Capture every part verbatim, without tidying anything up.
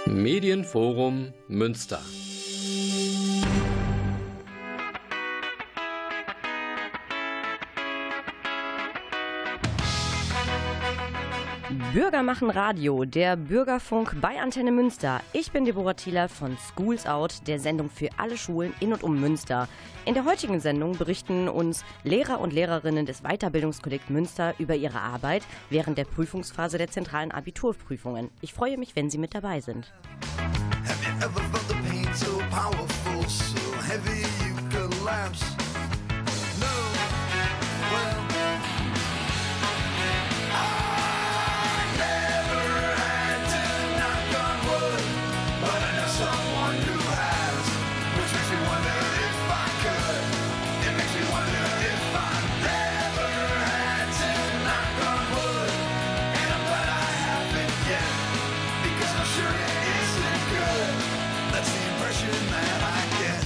Medienforum Münster. Bürger machen Radio, der Bürgerfunk bei Antenne Münster. Ich bin Deborah Thieler von Schools Out, der Sendung für alle Schulen in und um Münster. In der heutigen Sendung berichten uns Lehrer und Lehrerinnen des Weiterbildungskollegs Münster über ihre Arbeit während der Prüfungsphase der zentralen Abiturprüfungen. Ich freue mich, wenn Sie mit dabei sind. Have you ever felt the pain so powerful, so heavy you collapse? No, well, I never had to knock on wood, but I know someone who has, which makes me wonder if I could. It makes me wonder if I never had to knock on wood, and I'm glad I haven't yet, because I'm sure it isn't good. That's the impression that I get.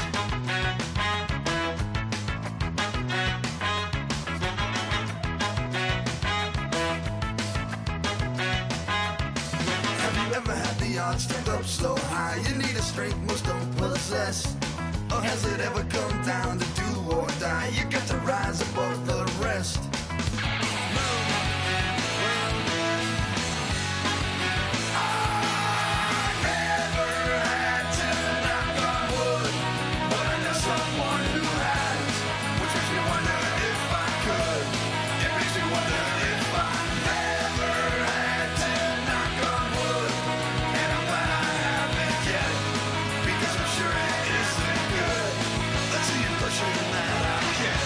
Have you ever had the odds stacked up so high you need a strength most don't possess? Or has it ever come down to do or die? You got to rise above the rest. No, well, I never had to knock on wood, but I know someone who has, which makes me wonder if I could. It makes me wonder if I never had to knock on wood, and I'm glad I haven't yet, because I'm sure it isn't good. That's the impression that I get.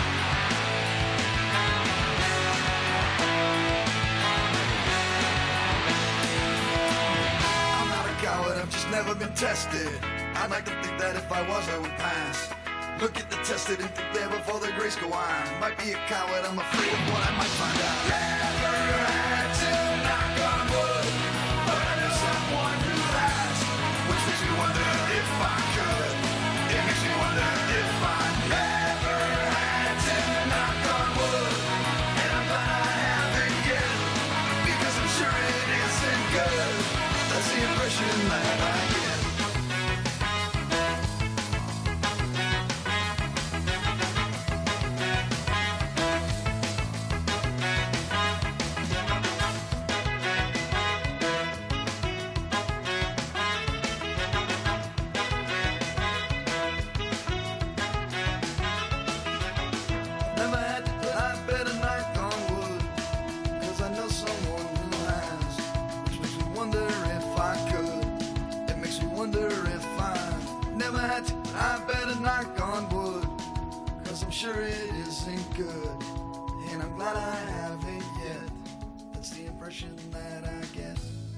I'm not a coward, I've just never been tested. I'd like to think that if I was, I would pass. Look at the tested and think there before the grace go on. Might be a coward, I'm afraid of what I might find out. Never had to knock on wood, but I know someone who has, which makes me wonder if I could. It makes me wonder if I never had to knock on wood, and I'm glad I haven't yet, because I'm sure it isn't good. That's the impression that I get. Never had to, I better knock on wood, cause I know someone who has, which makes me wonder if I could. It makes me wonder if I never had to, I better knock on wood, cause I'm sure it isn't good, and I'm glad I haven't yet. That's the impression that I get.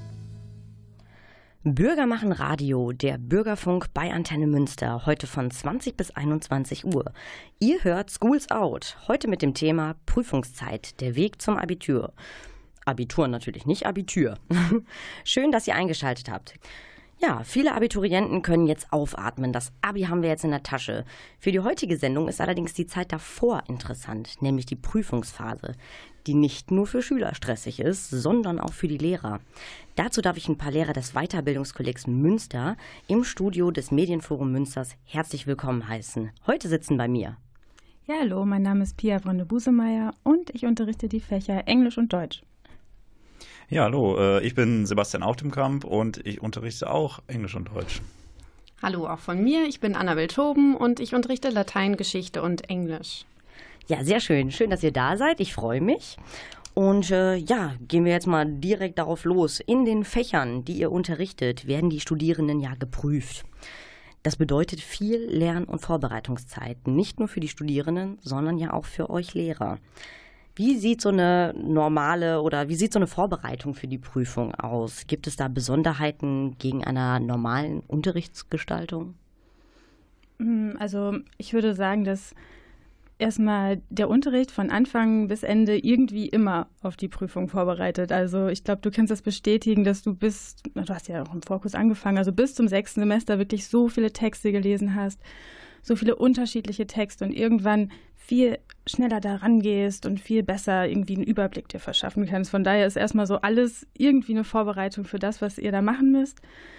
Bürger machen Radio, der Bürgerfunk bei Antenne Münster, heute von zwanzig bis einundzwanzig Uhr. Ihr hört Schools Out, heute mit dem Thema Prüfungszeit, der Weg zum Abitur. Abitur natürlich, nicht Abitur. Schön, dass ihr eingeschaltet habt. Ja, viele Abiturienten können jetzt aufatmen. Das Abi haben wir jetzt in der Tasche. Für die heutige Sendung ist allerdings die Zeit davor interessant, nämlich die Prüfungsphase, die nicht nur für Schüler stressig ist, sondern auch für die Lehrer. Dazu darf ich ein paar Lehrer des Weiterbildungskollegs Münster im Studio des Medienforum Münsters herzlich willkommen heißen. Heute sitzen bei mir Ja, hallo, mein Name ist Pia Wronde-Busemeyer und ich unterrichte die Fächer Englisch und Deutsch. Ja, hallo, äh, ich bin Sebastian Autemkamp und ich unterrichte auch Englisch und Deutsch. Hallo, auch von mir. Ich bin Annabel Toben und ich unterrichte Latein, Geschichte und Englisch. Ja, sehr schön. Schön, dass ihr da seid. Ich freue mich. Und äh, ja, gehen wir jetzt mal direkt darauf los. In den Fächern, die ihr unterrichtet, werden die Studierenden ja geprüft. Das bedeutet viel Lern- und Vorbereitungszeit. Nicht nur für die Studierenden, sondern ja auch für euch Lehrer. Wie sieht so eine normale oder wie sieht so eine Vorbereitung für die Prüfung aus? Gibt es da Besonderheiten gegen einer normalen Unterrichtsgestaltung? Also ich würde sagen, dass erstmal der Unterricht von Anfang bis Ende irgendwie immer auf die Prüfung vorbereitet. Also ich glaube, du kannst das bestätigen, dass du bis, du hast ja auch im Vorkurs angefangen, also bis zum sechsten Semester wirklich so viele Texte gelesen hast, so viele unterschiedliche Texte und irgendwann viel schneller da rangehst und viel besser irgendwie einen Überblick dir verschaffen kannst. Von daher ist erstmal so alles irgendwie eine Vorbereitung für das, was ihr da machen müsst.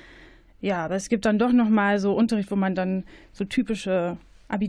Ja, aber es gibt dann doch nochmal so Unterricht, wo man dann so typische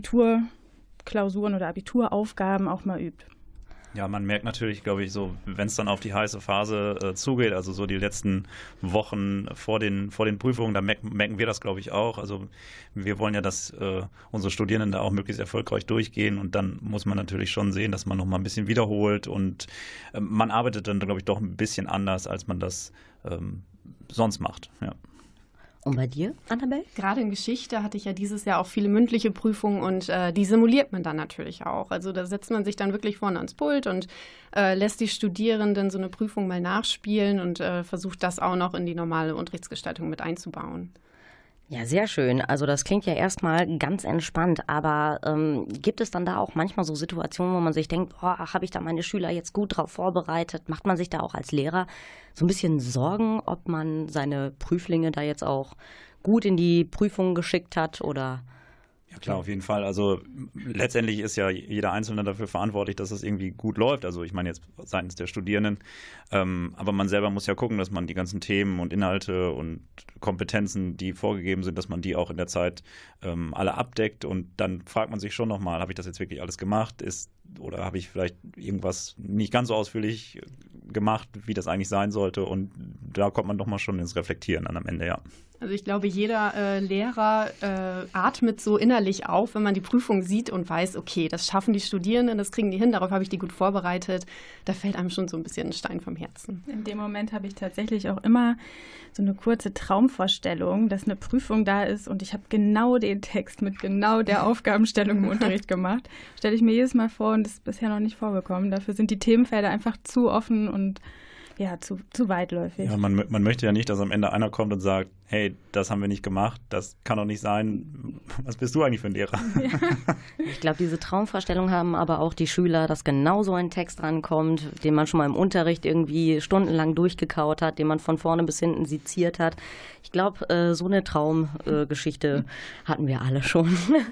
Abiturklausuren oder Abituraufgaben auch mal übt. Ja, man merkt natürlich, glaube ich, so, wenn es dann auf die heiße Phase äh, zugeht, also so die letzten Wochen vor den, vor den Prüfungen, da merken, merken wir das, glaube ich, auch. Also wir wollen ja, dass äh, unsere Studierenden da auch möglichst erfolgreich durchgehen und dann muss man natürlich schon sehen, dass man noch mal ein bisschen wiederholt und äh, man arbeitet dann, glaube ich, doch ein bisschen anders, als man das ähm, sonst macht, ja. Und bei dir, Annabelle? Gerade in Geschichte hatte ich ja dieses Jahr auch viele mündliche Prüfungen und äh, die simuliert man dann natürlich auch. Also da setzt man sich dann wirklich vorne ans Pult und äh, lässt die Studierenden so eine Prüfung mal nachspielen und äh, versucht das auch noch in die normale Unterrichtsgestaltung mit einzubauen. Ja, sehr schön. Also das klingt ja erstmal ganz entspannt, aber ähm, gibt es dann da auch manchmal so Situationen, wo man sich denkt, oh, habe ich da meine Schüler jetzt gut drauf vorbereitet? Macht man sich da auch als Lehrer so ein bisschen Sorgen, ob man seine Prüflinge da jetzt auch gut in die Prüfung geschickt hat oder... Ja klar, auf jeden Fall. Also letztendlich ist ja jeder Einzelne dafür verantwortlich, dass es irgendwie gut läuft. Also ich meine jetzt seitens der Studierenden. Ähm, aber man selber muss ja gucken, dass man die ganzen Themen und Inhalte und Kompetenzen, die vorgegeben sind, dass man die auch in der Zeit ähm, alle abdeckt. Und dann fragt man sich schon nochmal, habe ich das jetzt wirklich alles gemacht? Ist, oder habe ich vielleicht irgendwas nicht ganz so ausführlich gemacht, wie das eigentlich sein sollte? Und da kommt man doch mal schon ins Reflektieren dann am Ende, ja. Also ich glaube, jeder äh, Lehrer äh, atmet so innerlich auf, wenn man die Prüfung sieht und weiß, okay, das schaffen die Studierenden, das kriegen die hin, darauf habe ich die gut vorbereitet. Da fällt einem schon so ein bisschen ein Stein vom Herzen. In dem Moment habe ich tatsächlich auch immer so eine kurze Traumvorstellung, dass eine Prüfung da ist und ich habe genau den Text mit genau der Aufgabenstellung im Unterricht gemacht. Stelle ich mir jedes Mal vor und das ist bisher noch nicht vorgekommen. Dafür sind die Themenfelder einfach zu offen und ja, zu, zu weitläufig. Ja, man, man möchte ja nicht, dass am Ende einer kommt und sagt, hey, das haben wir nicht gemacht, das kann doch nicht sein. Was bist du eigentlich für ein Lehrer? Ja. Ich glaube, diese Traumvorstellung haben aber auch die Schüler, dass genau so ein Text rankommt, den man schon mal im Unterricht irgendwie stundenlang durchgekaut hat, den man von vorne bis hinten seziert hat. Ich glaube, äh, so eine Traumgeschichte äh, hatten wir alle schon.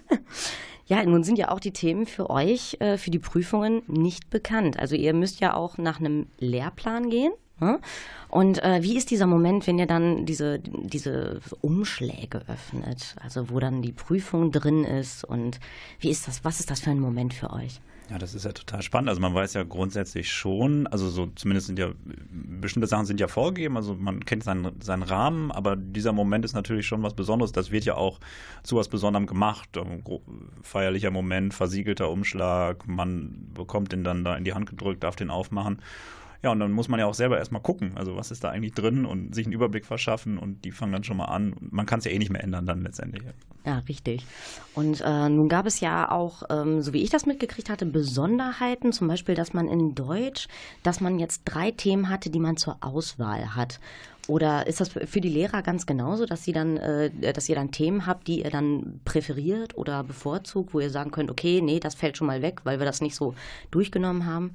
Ja, nun sind ja auch die Themen für euch, äh, für die Prüfungen nicht bekannt. Also ihr müsst ja auch nach einem Lehrplan gehen. Ne? Und äh, wie ist dieser Moment, wenn ihr dann diese, diese Umschläge öffnet? Also wo dann die Prüfung drin ist und wie ist das, was ist das für ein Moment für euch? Ja, das ist ja total spannend. Also man weiß ja grundsätzlich schon, also so zumindest sind ja, bestimmte Sachen sind ja vorgegeben, also man kennt seinen, seinen Rahmen, aber dieser Moment ist natürlich schon was Besonderes. Das wird ja auch zu was Besonderem gemacht. Feierlicher Moment, versiegelter Umschlag, man bekommt den dann da in die Hand gedrückt, darf den aufmachen. Ja, und dann muss man ja auch selber erstmal gucken, also was ist da eigentlich drin und sich einen Überblick verschaffen und die fangen dann schon mal an. Man kann es ja eh nicht mehr ändern dann letztendlich. Ja, richtig. Und äh, nun gab es ja auch, ähm, so wie ich das mitgekriegt hatte, Besonderheiten, zum Beispiel, dass man in Deutsch, dass man jetzt drei Themen hatte, die man zur Auswahl hat. Oder ist das für die Lehrer ganz genauso, dass sie dann, äh, dass ihr dann Themen habt, die ihr dann präferiert oder bevorzugt, wo ihr sagen könnt, okay, nee, das fällt schon mal weg, weil wir das nicht so durchgenommen haben?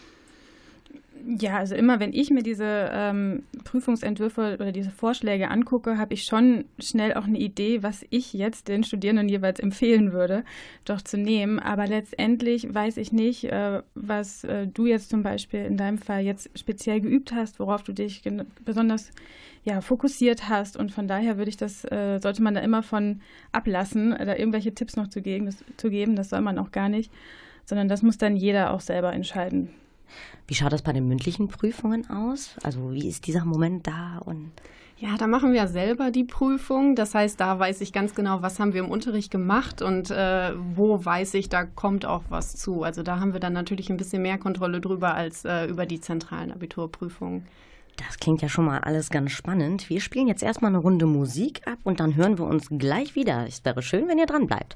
Ja, also immer wenn ich mir diese ähm, Prüfungsentwürfe oder diese Vorschläge angucke, habe ich schon schnell auch eine Idee, was ich jetzt den Studierenden jeweils empfehlen würde, doch zu nehmen. Aber letztendlich weiß ich nicht, äh, was äh, du jetzt zum Beispiel in deinem Fall jetzt speziell geübt hast, worauf du dich gen- besonders ja, fokussiert hast. Und von daher würde ich das, äh, sollte man da immer von ablassen, da irgendwelche Tipps noch zu geben, das, zu geben. Das soll man auch gar nicht, sondern das muss dann jeder auch selber entscheiden. Wie schaut das bei den mündlichen Prüfungen aus? Also wie ist dieser Moment da? Und ja, da machen wir ja selber die Prüfung. Das heißt, da weiß ich ganz genau, was haben wir im Unterricht gemacht und äh, wo weiß ich, da kommt auch was zu. Also da haben wir dann natürlich ein bisschen mehr Kontrolle drüber als äh, über die zentralen Abiturprüfungen. Das klingt ja schon mal alles ganz spannend. Wir spielen jetzt erstmal eine Runde Musik ab und dann hören wir uns gleich wieder. Es wäre schön, wenn ihr dran bleibt.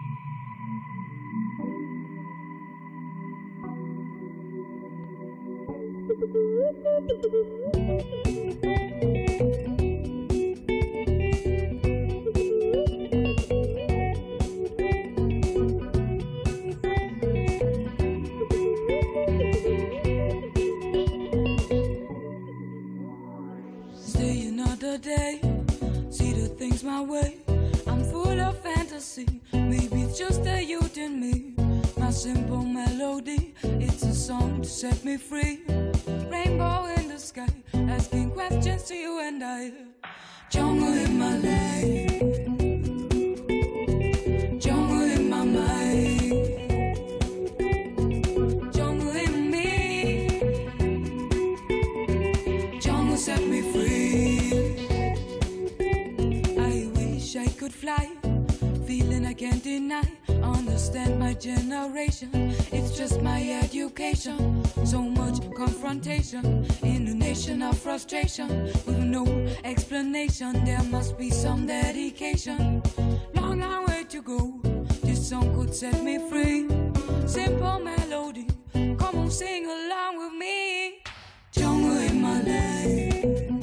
Stay another day, see the things my way. I'm full of fantasy, maybe It's just the youth in me, my simple melody. It's a song to set me free. Rainbow in the sky, asking questions to you and I. Jungle in my life, jungle in my mind, jungle in me, jungle set me free. I wish I could fly, feeling I can't deny. Understand my generation, it's just my education. So much confrontation in a nation of frustration, with no explanation. There must be some dedication. Long, long way to go, this song could set me free. Simple melody, come on, sing along with me. Jungle in my life,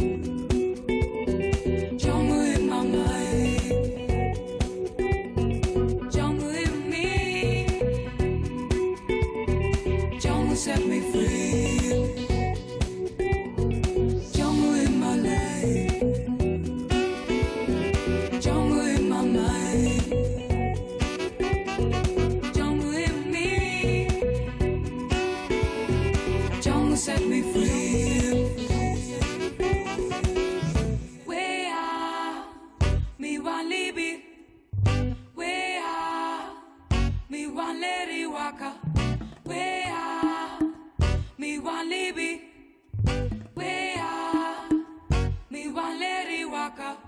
jungle in my mind, jungle in me, jungle set me free. Jungle in my life, jungle in my mind, jungle in me, jungle set me free. Where me want libi, where me want lady waka, where me want libi, where me want lady waka.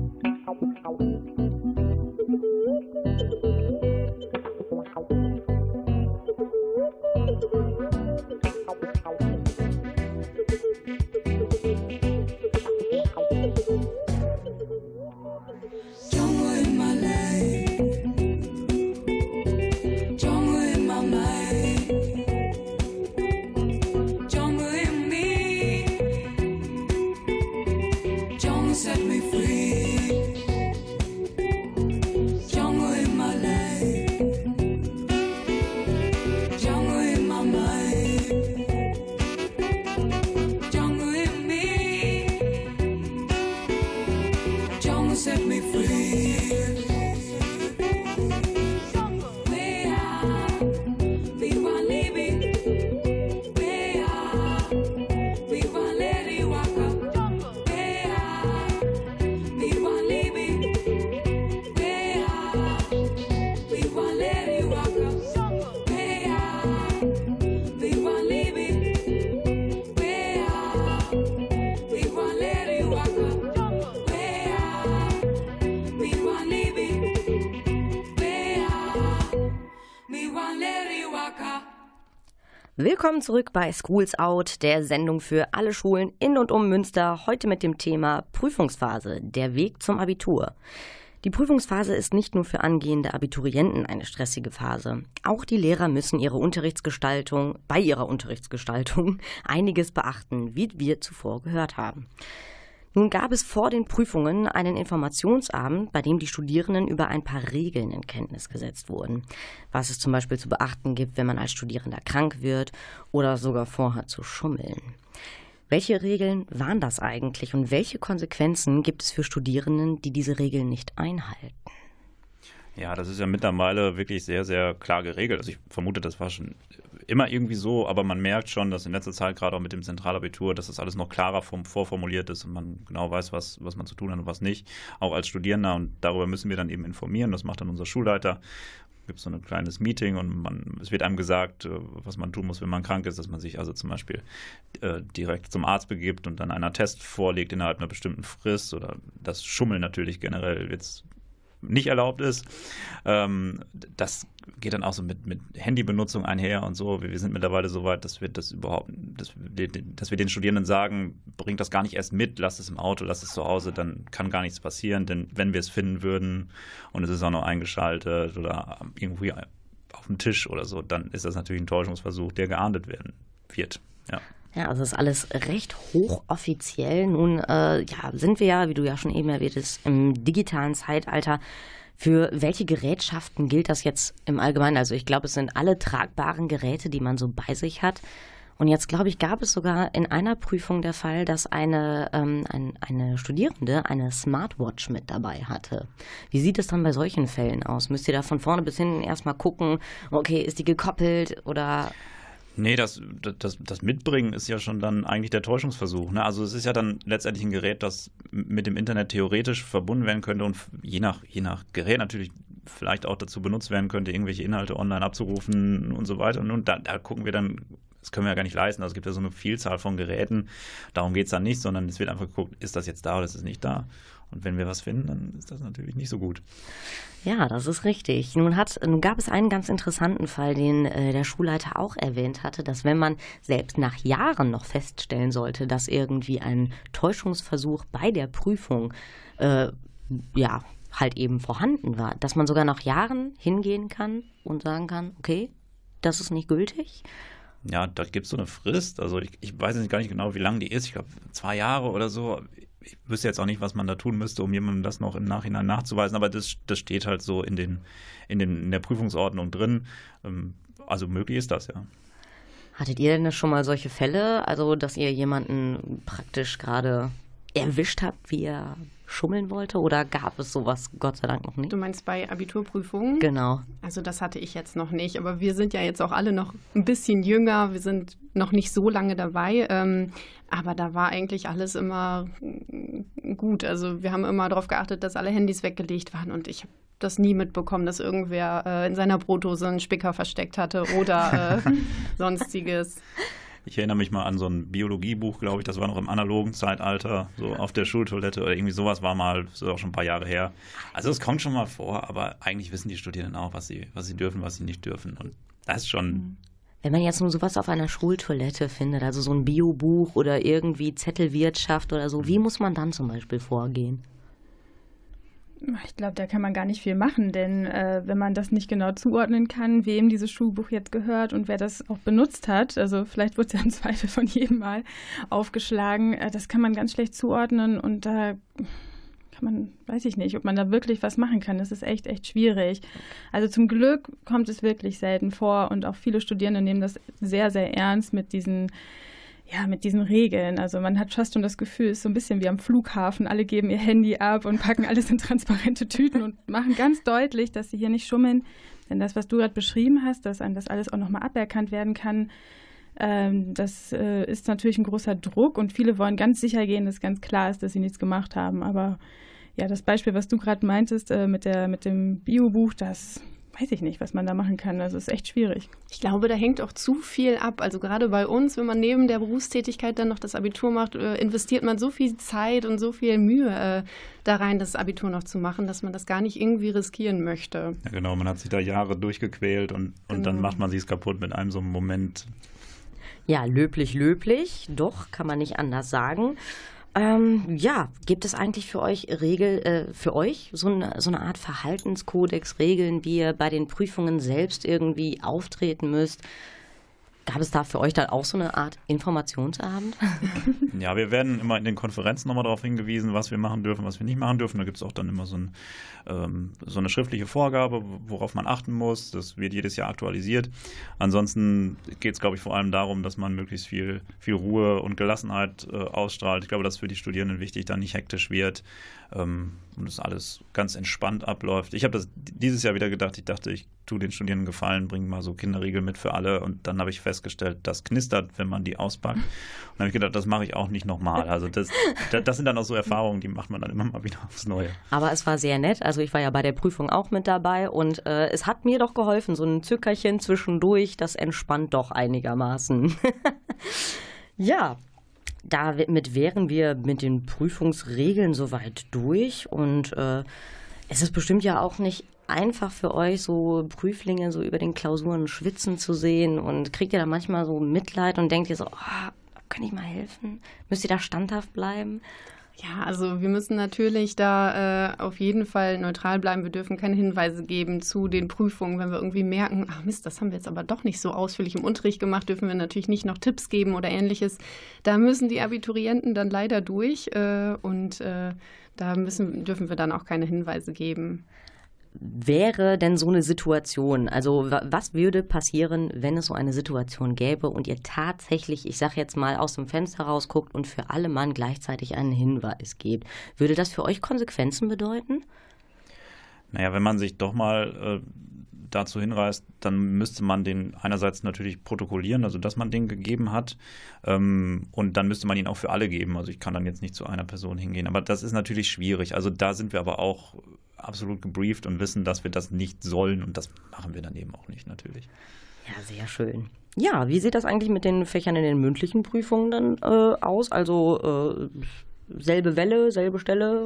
Jungle in my life, jungle in my mind, jungle in me, jungle set me free. Jungle in my life, jungle in my mind, jungle in me, jungle set me free. Where me want libi, where me want lady waka, where me want libi, where me want lady waka, where me want libi, where me want lady waka, where me want libi, where me want lady waka. Willkommen zurück bei Schools Out, der Sendung für alle Schulen in und um Münster, heute mit dem Thema Prüfungsphase, der Weg zum Abitur. Die Prüfungsphase ist nicht nur für angehende Abiturienten eine stressige Phase. Auch die Lehrer müssen ihre Unterrichtsgestaltung, bei ihrer Unterrichtsgestaltung einiges beachten, wie wir zuvor gehört haben. Nun gab es vor den Prüfungen einen Informationsabend, bei dem die Studierenden über ein paar Regeln in Kenntnis gesetzt wurden. Was es zum Beispiel zu beachten gibt, wenn man als Studierender krank wird oder sogar vorhat zu schummeln. Welche Regeln waren das eigentlich und welche Konsequenzen gibt es für Studierenden, die diese Regeln nicht einhalten? Ja, das ist ja mittlerweile wirklich sehr, sehr klar geregelt. Also ich vermute, das war schon immer irgendwie so, aber man merkt schon, dass in letzter Zeit gerade auch mit dem Zentralabitur, dass das alles noch klarer vom, vorformuliert ist und man genau weiß, was, was man zu tun hat und was nicht, auch als Studierender. Und darüber müssen wir dann eben informieren. Das macht dann unser Schulleiter. Es gibt so ein kleines Meeting und man, es wird einem gesagt, was man tun muss, wenn man krank ist, dass man sich also zum Beispiel äh, direkt zum Arzt begibt und dann einen Test vorlegt innerhalb einer bestimmten Frist oder das Schummeln natürlich generell jetzt nicht erlaubt ist. Ähm, das geht dann auch so mit, mit Handybenutzung einher und so. Wir, wir sind mittlerweile so weit, dass wir das überhaupt, dass wir, dass wir den Studierenden sagen, bringt das gar nicht erst mit, lasst es im Auto, lasst es zu Hause, dann kann gar nichts passieren, denn wenn wir es finden würden und es ist auch noch eingeschaltet oder irgendwie auf dem Tisch oder so, dann ist das natürlich ein Täuschungsversuch, der geahndet werden wird. Ja. Ja, also ist alles recht hochoffiziell. Nun äh, ja, sind wir ja, wie du ja schon eben erwähntest, im digitalen Zeitalter. Für welche Gerätschaften gilt das jetzt im Allgemeinen? Also ich glaube, es sind alle tragbaren Geräte, die man so bei sich hat. Und jetzt, glaube ich, gab es sogar in einer Prüfung der Fall, dass eine, ähm, ein, eine Studierende eine Smartwatch mit dabei hatte. Wie sieht es dann bei solchen Fällen aus? Müsst ihr da von vorne bis hinten erstmal gucken, okay, ist die gekoppelt oder... Nee, das, das, das Mitbringen ist ja schon dann eigentlich der Täuschungsversuch. Ne? Also es ist ja dann letztendlich ein Gerät, das mit dem Internet theoretisch verbunden werden könnte und je nach, je nach Gerät natürlich vielleicht auch dazu benutzt werden könnte, irgendwelche Inhalte online abzurufen und so weiter. Und da, da gucken wir dann, das können wir ja gar nicht leisten. Also es gibt ja so eine Vielzahl von Geräten. Darum geht es dann nicht, sondern es wird einfach geguckt, ist das jetzt da oder ist es nicht da? Und wenn wir was finden, dann ist das natürlich nicht so gut. Ja, das ist richtig. Nun, hat, nun gab es einen ganz interessanten Fall, den äh, der Schulleiter auch erwähnt hatte, dass wenn man selbst nach Jahren noch feststellen sollte, dass irgendwie ein Täuschungsversuch bei der Prüfung äh, ja halt eben vorhanden war, dass man sogar nach Jahren hingehen kann und sagen kann, okay, das ist nicht gültig. Ja, da gibt es so eine Frist. Also ich, ich weiß nicht gar nicht genau, wie lang die ist. Ich glaube, zwei Jahre oder so. Ich wüsste jetzt auch nicht, was man da tun müsste, um jemandem das noch im Nachhinein nachzuweisen, aber das, das steht halt so in, den, in, den, in der Prüfungsordnung drin. Also möglich ist das, ja. Hattet ihr denn schon mal solche Fälle, also dass ihr jemanden praktisch gerade erwischt habt, wie er schummeln wollte, oder gab es sowas Gott sei Dank noch nicht? Du meinst bei Abiturprüfungen? Genau. Also das hatte ich jetzt noch nicht, aber wir sind ja jetzt auch alle noch ein bisschen jünger, wir sind noch nicht so lange dabei, ähm, aber da war eigentlich alles immer gut. Also wir haben immer darauf geachtet, dass alle Handys weggelegt waren und ich habe das nie mitbekommen, dass irgendwer äh, in seiner Brotdose einen Spicker versteckt hatte oder äh, sonstiges. Ich erinnere mich mal an so ein Biologiebuch, glaube ich, das war noch im analogen Zeitalter, so auf der Schultoilette oder irgendwie sowas war mal, das ist auch schon ein paar Jahre her. Also es kommt schon mal vor, aber eigentlich wissen die Studierenden auch, was sie, was sie dürfen, was sie nicht dürfen. Und das ist schon... Wenn man jetzt nur sowas auf einer Schultoilette findet, also so ein Biobuch oder irgendwie Zettelwirtschaft oder so, wie muss man dann zum Beispiel vorgehen? Ich glaube, da kann man gar nicht viel machen, denn äh, wenn man das nicht genau zuordnen kann, wem dieses Schulbuch jetzt gehört und wer das auch benutzt hat, also vielleicht wird es ja im Zweifel von jedem Mal aufgeschlagen, äh, das kann man ganz schlecht zuordnen und da kann man, weiß ich nicht, ob man da wirklich was machen kann. Das ist echt, echt schwierig. Also zum Glück kommt es wirklich selten vor und auch viele Studierende nehmen das sehr, sehr ernst mit diesen Ja, mit diesen Regeln. Also man hat fast schon das Gefühl, es ist so ein bisschen wie am Flughafen. Alle geben ihr Handy ab und packen alles in transparente Tüten und machen ganz deutlich, dass sie hier nicht schummeln. Denn das, was du gerade beschrieben hast, dass einem das alles auch nochmal aberkannt werden kann, ähm, das äh, ist natürlich ein großer Druck und viele wollen ganz sicher gehen, dass ganz klar ist, dass sie nichts gemacht haben. Aber ja, das Beispiel, was du gerade meintest äh, mit der, mit dem Biobuch, das... weiß ich nicht, was man da machen kann. Also es ist echt schwierig. Ich glaube, da hängt auch zu viel ab. Also gerade bei uns, wenn man neben der Berufstätigkeit dann noch das Abitur macht, äh, investiert man so viel Zeit und so viel Mühe äh, da rein, das Abitur noch zu machen, dass man das gar nicht irgendwie riskieren möchte. Ja, genau, man hat sich da Jahre durchgequält und, und genau. Dann macht man sich es kaputt mit einem so einem Moment. Ja, löblich, löblich. Doch, kann man nicht anders sagen. Ähm, ja, gibt es eigentlich für euch Regel, äh, für euch so eine, so eine Art Verhaltenskodex, Regeln, wie ihr bei den Prüfungen selbst irgendwie auftreten müsst? Gab es da für euch dann auch so eine Art Informationsabend? Ja, wir werden immer in den Konferenzen nochmal darauf hingewiesen, was wir machen dürfen, was wir nicht machen dürfen. Da gibt es auch dann immer so, ein, ähm, so eine schriftliche Vorgabe, worauf man achten muss. Das wird jedes Jahr aktualisiert. Ansonsten geht es, glaube ich, vor allem darum, dass man möglichst viel, viel Ruhe und Gelassenheit äh, ausstrahlt. Ich glaube, das ist für die Studierenden wichtig, da nicht hektisch wird ähm, und das alles ganz entspannt abläuft. Ich habe das dieses Jahr wieder gedacht. Ich dachte, ich tue den Studierenden Gefallen, bringe mal so Kinderriegel mit für alle. Und dann habe ich festgestellt, das knistert, wenn man die auspackt. Und dann habe ich gedacht, das mache ich auch nicht nochmal. Also das, das sind dann auch so Erfahrungen, die macht man dann immer mal wieder aufs Neue. Aber es war sehr nett. Also ich war ja bei der Prüfung auch mit dabei und äh, es hat mir doch geholfen. So ein Zückerchen zwischendurch, das entspannt doch einigermaßen. Ja, damit wären wir mit den Prüfungsregeln soweit durch. Und äh, es ist bestimmt ja auch nicht einfach für euch, so Prüflinge so über den Klausuren schwitzen zu sehen, und kriegt ihr da manchmal so Mitleid und denkt ihr so, oh, kann ich mal helfen? Müsst ihr da standhaft bleiben? Ja, also wir müssen natürlich da äh, auf jeden Fall neutral bleiben. Wir dürfen keine Hinweise geben zu den Prüfungen. Wenn wir irgendwie merken, ach Mist, das haben wir jetzt aber doch nicht so ausführlich im Unterricht gemacht, dürfen wir natürlich nicht noch Tipps geben oder Ähnliches. Da müssen die Abiturienten dann leider durch äh, und äh, da müssen, dürfen wir dann auch keine Hinweise geben. wäre denn so eine Situation? Also was würde passieren, wenn es so eine Situation gäbe und ihr tatsächlich, ich sage jetzt mal, aus dem Fenster rausguckt und für alle Mann gleichzeitig einen Hinweis gebt? Würde das für euch Konsequenzen bedeuten? Naja, wenn man sich doch mal äh, dazu hinreißt, dann müsste man den einerseits natürlich protokollieren, also dass man den gegeben hat, ähm, und dann müsste man ihn auch für alle geben. Also ich kann dann jetzt nicht zu einer Person hingehen, aber das ist natürlich schwierig. Also da sind wir aber auch absolut gebrieft und wissen, dass wir das nicht sollen, und das machen wir dann eben auch nicht natürlich. Ja, sehr schön. Ja, wie sieht das eigentlich mit den Fächern in den mündlichen Prüfungen dann äh, aus? Also äh, selbe Welle, selbe Stelle?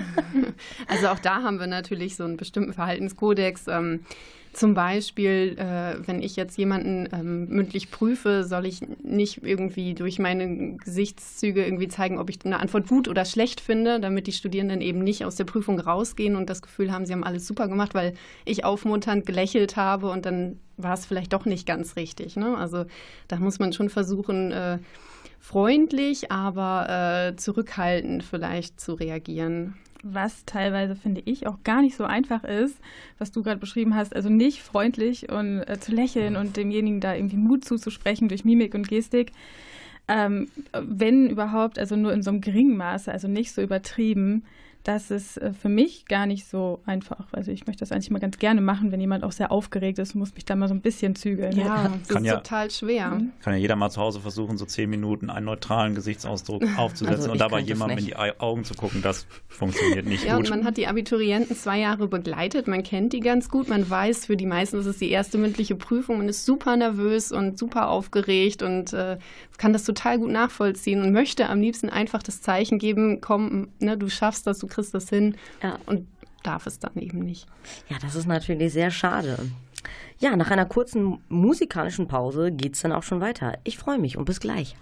Also auch da haben wir natürlich so einen bestimmten Verhaltenskodex. Ähm, zum Beispiel, äh, wenn ich jetzt jemanden ähm, mündlich prüfe, soll ich nicht irgendwie durch meine Gesichtszüge irgendwie zeigen, ob ich eine Antwort gut oder schlecht finde, damit die Studierenden eben nicht aus der Prüfung rausgehen und das Gefühl haben, sie haben alles super gemacht, weil ich aufmunternd gelächelt habe und dann war es vielleicht doch nicht ganz richtig, ne? Also da muss man schon versuchen, äh, freundlich, aber äh, zurückhaltend vielleicht zu reagieren. Was teilweise, finde ich, auch gar nicht so einfach ist, was du gerade beschrieben hast, also nicht freundlich und äh, zu lächeln und demjenigen da irgendwie Mut zuzusprechen durch Mimik und Gestik. Ähm, wenn überhaupt, also nur in so einem geringen Maße, also nicht so übertrieben. Das ist äh, für mich gar nicht so einfach. Also ich möchte das eigentlich mal ganz gerne machen, wenn jemand auch sehr aufgeregt ist, muss mich da mal so ein bisschen zügeln. Ja, das kann ist ja, total schwer. Kann ja jeder mal zu Hause versuchen, so zehn Minuten einen neutralen Gesichtsausdruck aufzusetzen Also und dabei jemandem in die Augen zu gucken. Das funktioniert nicht ja, gut. Und man hat die Abiturienten zwei Jahre begleitet, man kennt die ganz gut, man weiß, für die meisten ist es die erste mündliche Prüfung, man ist super nervös und super aufgeregt und äh, kann das total gut nachvollziehen und möchte am liebsten einfach das Zeichen geben, komm, ne, du schaffst das, du kriegst das hin, ja. Und darf es dann eben nicht. Ja, das ist natürlich sehr schade. Ja, nach einer kurzen musikalischen Pause geht es dann auch schon weiter. Ich freue mich und bis gleich.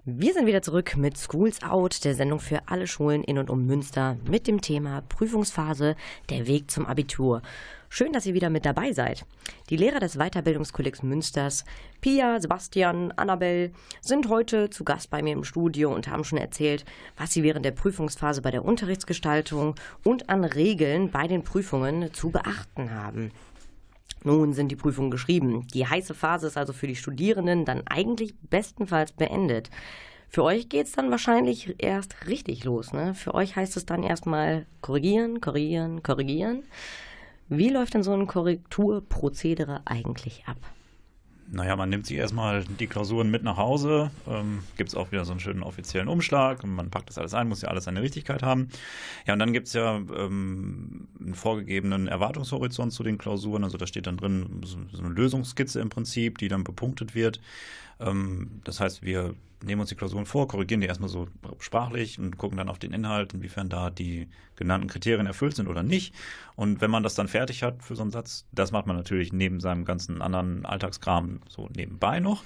Wir sind wieder zurück mit Schools Out, der Sendung für alle Schulen in und um Münster mit dem Thema Prüfungsphase, der Weg zum Abitur. Schön, dass ihr wieder mit dabei seid. Die Lehrer des Weiterbildungskollegs Münsters, Pia, Sebastian, Annabelle, sind heute zu Gast bei mir im Studio und haben schon erzählt, was sie während der Prüfungsphase bei der Unterrichtsgestaltung und an Regeln bei den Prüfungen zu beachten haben. Nun sind die Prüfungen geschrieben. Die heiße Phase ist also für die Studierenden dann eigentlich bestenfalls beendet. Für euch geht es dann wahrscheinlich erst richtig los, ne? Für euch heißt es dann erstmal korrigieren, korrigieren, korrigieren. Wie läuft denn so ein Korrekturprozedere eigentlich ab? Naja, man nimmt sich erstmal die Klausuren mit nach Hause, ähm, gibt es auch wieder so einen schönen offiziellen Umschlag und man packt das alles ein, muss ja alles seine Richtigkeit haben. Ja, und dann gibt es ja ähm, einen vorgegebenen Erwartungshorizont zu den Klausuren, also da steht dann drin so, so eine Lösungsskizze im Prinzip, die dann bepunktet wird. Ähm, das heißt, wir nehmen uns die Klausuren vor, korrigieren die erstmal so sprachlich und gucken dann auf den Inhalt, inwiefern da die genannten Kriterien erfüllt sind oder nicht. Und wenn man das dann fertig hat für so einen Satz, das macht man natürlich neben seinem ganzen anderen Alltagskram so nebenbei noch,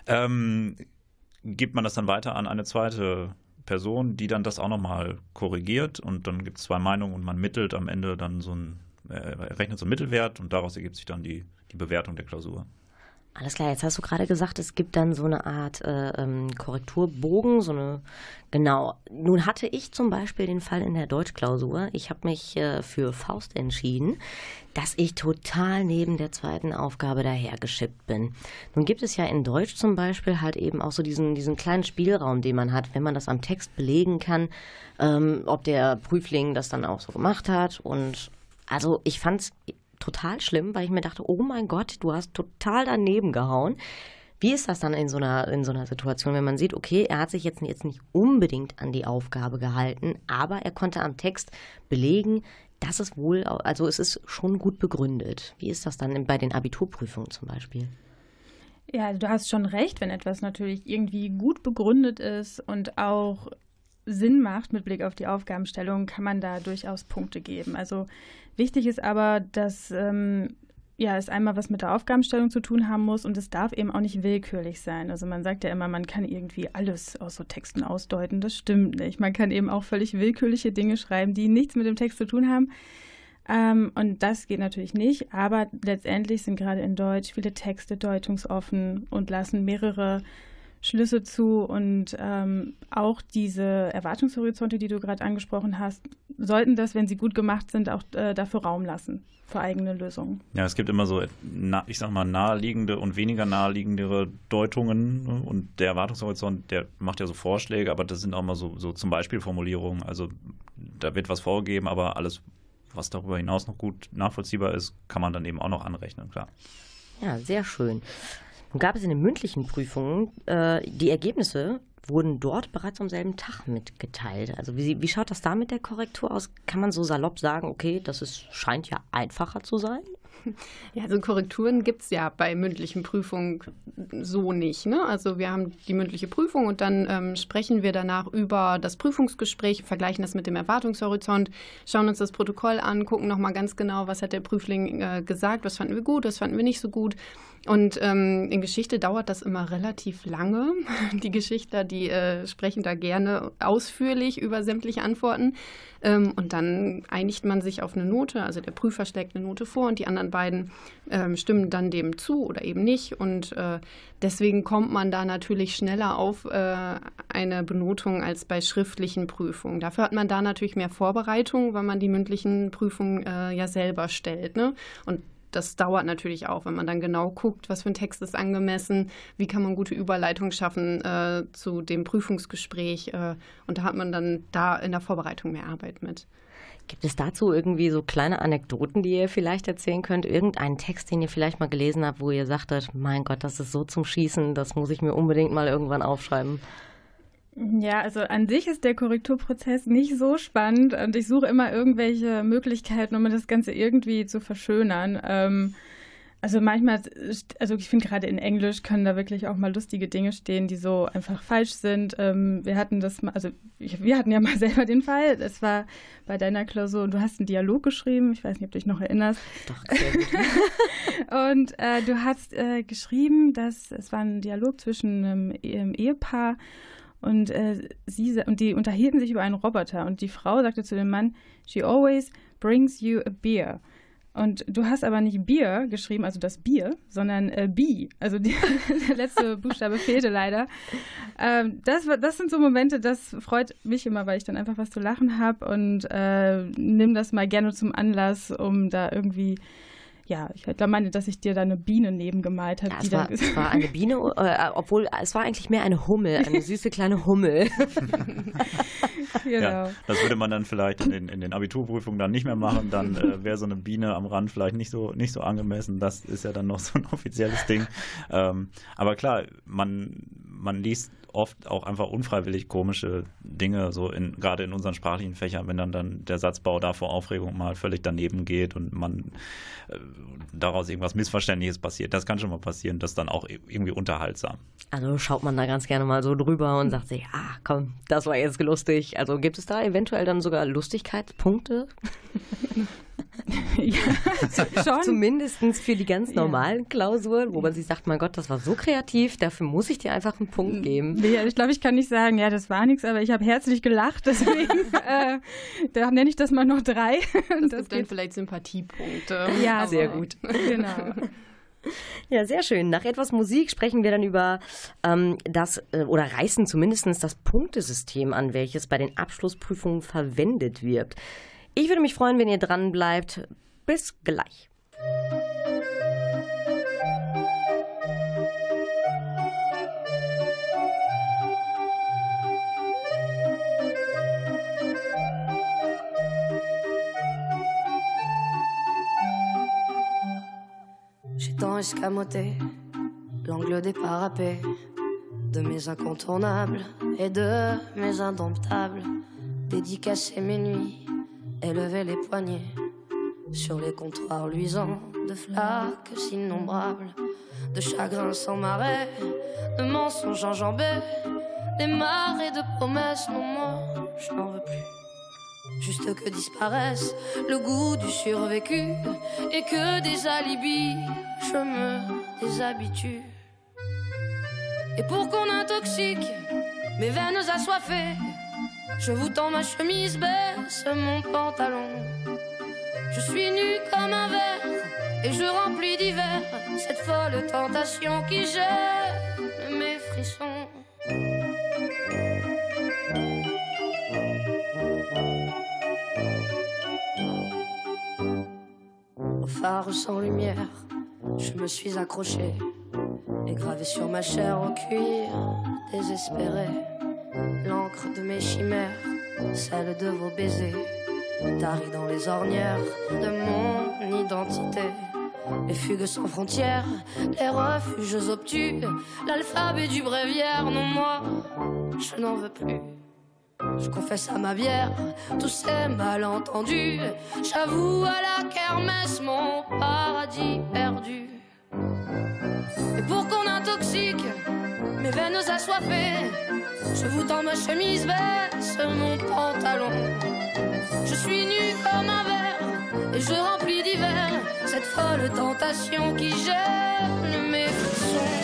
ähm, gibt man das dann weiter an eine zweite Person, die dann das auch nochmal korrigiert und dann gibt es zwei Meinungen und man mittelt am Ende dann so ein, äh, rechnet so einen Mittelwert und daraus ergibt sich dann die, die Bewertung der Klausur. Alles klar, jetzt hast du gerade gesagt, es gibt dann so eine Art äh, ähm, Korrekturbogen, so eine, genau. Nun hatte ich zum Beispiel den Fall in der Deutschklausur, ich habe mich äh, für Faust entschieden, dass ich total neben der zweiten Aufgabe dahergeschippt bin. Nun gibt es ja in Deutsch zum Beispiel halt eben auch so diesen, diesen kleinen Spielraum, den man hat, wenn man das am Text belegen kann, ähm, ob der Prüfling das dann auch so gemacht hat und also ich fand's total schlimm, weil ich mir dachte, oh mein Gott, du hast total daneben gehauen. Wie ist das dann in so einer, in so einer Situation, wenn man sieht, okay, er hat sich jetzt, jetzt nicht unbedingt an die Aufgabe gehalten, aber er konnte am Text belegen, dass es wohl, also es ist schon gut begründet. Wie ist das dann bei den Abiturprüfungen zum Beispiel? Ja, also du hast schon recht, wenn etwas natürlich irgendwie gut begründet ist und auch Sinn macht mit Blick auf die Aufgabenstellung, kann man da durchaus Punkte geben. Also wichtig ist aber, dass ähm, ja, es einmal was mit der Aufgabenstellung zu tun haben muss und es darf eben auch nicht willkürlich sein. Also man sagt ja immer, man kann irgendwie alles aus so Texten ausdeuten. Das stimmt nicht. Man kann eben auch völlig willkürliche Dinge schreiben, die nichts mit dem Text zu tun haben. Ähm, und das geht natürlich nicht. Aber letztendlich sind gerade in Deutsch viele Texte deutungsoffen und lassen mehrere Schlüsse zu und ähm, auch diese Erwartungshorizonte, die du gerade angesprochen hast, sollten das, wenn sie gut gemacht sind, auch äh, dafür Raum lassen, für eigene Lösungen. Ja, es gibt immer so, na, ich sag mal, naheliegende und weniger naheliegendere Deutungen, ne? Und der Erwartungshorizont, der macht ja so Vorschläge, aber das sind auch mal so, so zum Beispiel Formulierungen, also da wird was vorgegeben, aber alles, was darüber hinaus noch gut nachvollziehbar ist, kann man dann eben auch noch anrechnen, klar. Ja, sehr schön. Nun gab es in den mündlichen Prüfungen, äh, die Ergebnisse wurden dort bereits am selben Tag mitgeteilt. Also wie, wie schaut das da mit der Korrektur aus? Kann man so salopp sagen, okay, das ist, scheint ja einfacher zu sein? Ja, also Korrekturen gibt es ja bei mündlichen Prüfungen so nicht, ne? Also wir haben die mündliche Prüfung und dann ähm, sprechen wir danach über das Prüfungsgespräch, vergleichen das mit dem Erwartungshorizont, schauen uns das Protokoll an, gucken nochmal ganz genau, was hat der Prüfling äh, gesagt, was fanden wir gut, was fanden wir nicht so gut. Und ähm, in Geschichte dauert das immer relativ lange. Die Geschichtler, die äh, sprechen da gerne ausführlich über sämtliche Antworten. Ähm, und dann einigt man sich auf eine Note. Also der Prüfer schlägt eine Note vor und die anderen beiden ähm, stimmen dann dem zu oder eben nicht. Und äh, deswegen kommt man da natürlich schneller auf äh, eine Benotung als bei schriftlichen Prüfungen. Dafür hat man da natürlich mehr Vorbereitung, weil man die mündlichen Prüfungen äh, ja selber stellt, ne? Und das dauert natürlich auch, wenn man dann genau guckt, was für ein Text ist angemessen, wie kann man gute Überleitung schaffen äh, zu dem Prüfungsgespräch. Äh, und da hat man dann da in der Vorbereitung mehr Arbeit mit. Gibt es dazu irgendwie so kleine Anekdoten, die ihr vielleicht erzählen könnt? Irgendeinen Text, den ihr vielleicht mal gelesen habt, wo ihr sagtet, mein Gott, das ist so zum Schießen, das muss ich mir unbedingt mal irgendwann aufschreiben? Ja, also an sich ist der Korrekturprozess nicht so spannend und ich suche immer irgendwelche Möglichkeiten, um das Ganze irgendwie zu verschönern. Ähm, also manchmal, also ich finde gerade in Englisch können da wirklich auch mal lustige Dinge stehen, die so einfach falsch sind. Ähm, wir hatten das mal, also ich, wir hatten ja mal selber den Fall, das war bei deiner Klausur und du hast einen Dialog geschrieben, ich weiß nicht, ob du dich noch erinnerst. Doch, sehr gut. Und äh, du hast äh, geschrieben, dass es war ein Dialog zwischen einem, einem Ehepaar. Und, äh, sie, und die unterhielten sich über einen Roboter. Und die Frau sagte zu dem Mann, she always brings you a beer. Und du hast aber nicht Bier geschrieben, also das Bier, sondern äh, B. Also die, der letzte Buchstabe fehlte leider. Ähm, das, das sind so Momente, das freut mich immer, weil ich dann einfach was zu lachen habe und äh, nimm das mal gerne zum Anlass, um da irgendwie... Ja, ich glaube, meine, dass ich dir da eine Biene nebengemalt habe. Ja, es, war, es war eine Biene, äh, obwohl es war eigentlich mehr eine Hummel, eine süße kleine Hummel. Genau. Ja, das würde man dann vielleicht in den, in den Abiturprüfungen dann nicht mehr machen. Dann äh, wäre so eine Biene am Rand vielleicht nicht so, nicht so angemessen. Das ist ja dann noch so ein offizielles Ding. Ähm, aber klar, man, man liest oft auch einfach unfreiwillig komische Dinge, so in, gerade in unseren sprachlichen Fächern, wenn dann, dann der Satzbau da vor Aufregung mal völlig daneben geht und man äh, daraus irgendwas Missverständliches passiert. Das kann schon mal passieren, das ist dann auch irgendwie unterhaltsam. Also schaut man da ganz gerne mal so drüber und sagt sich, ah komm, das war jetzt lustig. Also gibt es da eventuell dann sogar Lustigkeitspunkte? Ja, schon. Zumindest für die ganz normalen ja. Klausuren, wo man sich sagt, mein Gott, das war so kreativ, dafür muss ich dir einfach einen Punkt geben. Nee, ich glaube, ich kann nicht sagen, ja, das war nichts, aber ich habe herzlich gelacht, deswegen äh, da nenne ich das mal noch drei. Das, das gibt dann vielleicht Sympathiepunkte. Ja, sehr gut. Genau. Ja, sehr schön. Nach etwas Musik sprechen wir dann über ähm, das, äh, oder reißen zumindest das Punktesystem an, welches bei den Abschlussprüfungen verwendet wird. Ich würde mich freuen, wenn ihr dran bleibt. Bis gleich. J'ai tant escamoté l'angle des parapets de mes incontournables et de mes indomptables, dédicacé mes nuits, élevé les poignets sur les comptoirs luisants de flaques innombrables, de chagrins sans marais, de mensonges enjambés, des marées de promesses. Non, moi, je n'en veux plus. Juste que disparaisse le goût du survécu et que des alibis, je me déshabitue. Et pour qu'on intoxique mes veines assoiffées, je vous tends ma chemise, baisse mon pantalon. Je suis nue comme un verre et je remplis d'hiver cette folle tentation qui gêne mes frissons. Au phare sans lumière, je me suis accrochée et gravé sur ma chair au cuir désespéré l'encre de mes chimères, celle de vos baisers, tarie dans les ornières de mon identité. Les fugues sans frontières, les refuges obtus, l'alphabet du bréviaire. Non, moi, je n'en veux plus. Je confesse à ma bière tous ces malentendus. J'avoue à la kermesse mon paradis perdu. Et pour qu'on intoxique mes veines assoiffées, je vous tends ma chemise, baisse mon pantalon. Je suis nue comme un verre et je remplis d'hiver cette folle tentation qui gêne mes frissons.